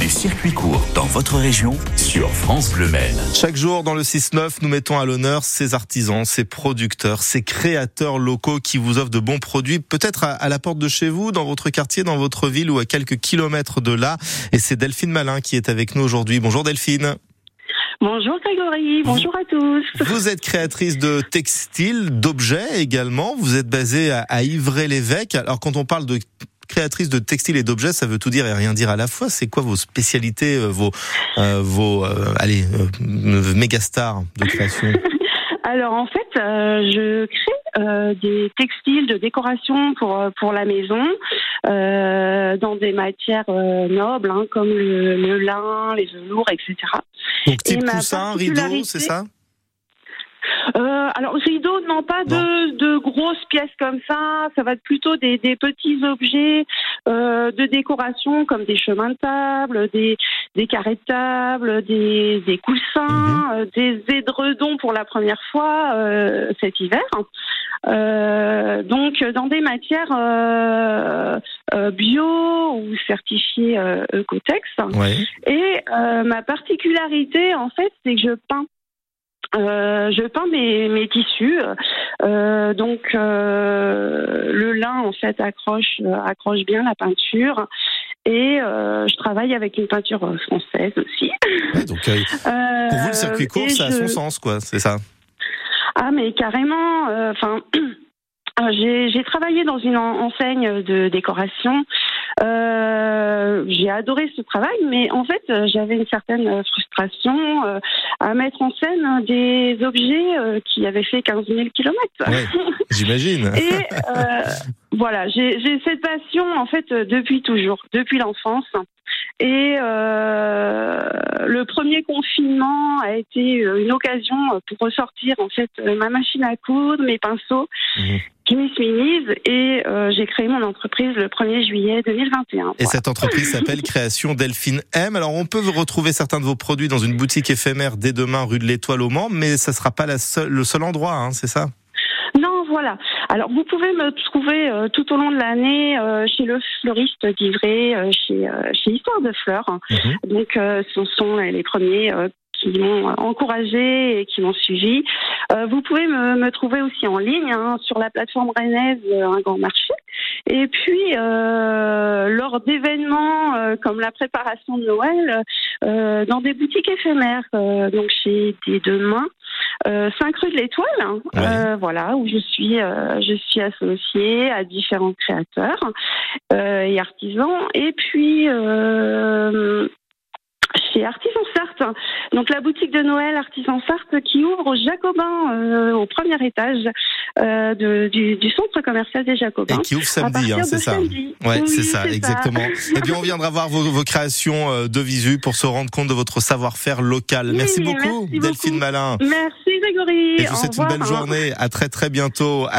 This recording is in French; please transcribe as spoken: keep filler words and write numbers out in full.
du circuit court dans votre région sur France Bleu Maine. Chaque jour dans le six neuf, nous mettons à l'honneur ces artisans, ces producteurs, ces créateurs locaux qui vous offrent de bons produits, peut-être à, à la porte de chez vous, dans votre quartier, dans votre ville ou à quelques kilomètres de là. Et c'est Delphine Malin qui est avec nous aujourd'hui. Bonjour Delphine. Bonjour Grégory, bonjour à tous. Vous êtes créatrice de textiles, d'objets également. Vous êtes basée à, à Ivray-l'Évêque. Alors quand on parle de créatrice de textiles et d'objets, ça veut tout dire et rien dire à la fois. C'est quoi vos spécialités, vos, euh, vos, euh, allez, euh, méga stars de création? Alors en fait, euh, je crée euh, des textiles de décoration pour pour la maison euh, dans des matières euh, nobles, hein, comme le, le lin, les velours, et cetera. Donc type coussin, rideau, c'est ça? Euh, alors rideau, non, pas non. de de grosses pièces comme ça. Ça va être plutôt des des petits objets euh, de décoration comme des chemins de table, des des carrés de table, des des coussins, mmh. euh, des édredons pour la première fois euh, cet hiver. Euh, donc dans des matières euh, euh, bio ou certifiées euh, Ecotex. Ouais. Et euh, ma particularité en fait, c'est que je peins. Euh, je peins mes, mes tissus, euh, donc euh, le lin en fait accroche accroche bien la peinture et euh, je travaille avec une peinture française aussi. Ouais, donc euh, pour vous le circuit court ça je... a son sens quoi, c'est ça? Ah mais carrément, enfin. Euh, J'ai, j'ai travaillé dans une enseigne de décoration. Euh, j'ai adoré ce travail, mais en fait, j'avais une certaine frustration euh, à mettre en scène des objets euh, qui avaient fait quinze mille kilomètres. Ouais, j'imagine. Et euh, voilà, j'ai, j'ai cette passion en fait depuis toujours, depuis l'enfance. Et euh, le premier confinement a été une occasion pour ressortir en fait ma machine à coudre, mes pinceaux, mmh. qui m'isminise et euh, j'ai créé mon entreprise le premier juillet deux mille vingt et un. Et voilà. Cette entreprise s'appelle Création Delphine M. Alors on peut retrouver certains de vos produits dans une boutique éphémère dès demain rue de l'Étoile au Mans, mais ça sera pas la seule, le seul endroit, hein, c'est ça? Non, voilà. Alors, vous pouvez me trouver euh, tout au long de l'année euh, chez le fleuriste d'Ivray, euh, chez, euh, chez Histoire de Fleurs. Mmh. Donc, euh, ce sont les premiers euh, qui m'ont encouragé et qui m'ont suivi. Euh, vous pouvez me, me trouver aussi en ligne hein, sur la plateforme rennaise euh, Un Grand Marché. Et puis, euh, lors d'événements euh, comme la préparation de Noël, euh, dans des boutiques éphémères, euh, donc chez Des Deux Mains, euh, cinq rue de l'Étoile, ouais. euh, voilà, où je suis, euh, je suis associée à différents créateurs euh, et artisans. Et puis, euh, chez Artisan Sarthe, donc la boutique de Noël Artisan Sarthe qui ouvre aux Jacobins euh, au premier étage euh, de, du, du centre commercial des Jacobins. Et qui ouvre samedi, hein, c'est ça. Samedi. Ouais, oui, c'est ça, c'est exactement. Ça. Et puis on viendra voir vos, vos créations de visu pour se rendre compte de votre savoir-faire local. Oui, merci beaucoup, merci Delphine beaucoup. Malin. Merci Grégory. Et je vous souhaite une belle journée. À très très bientôt.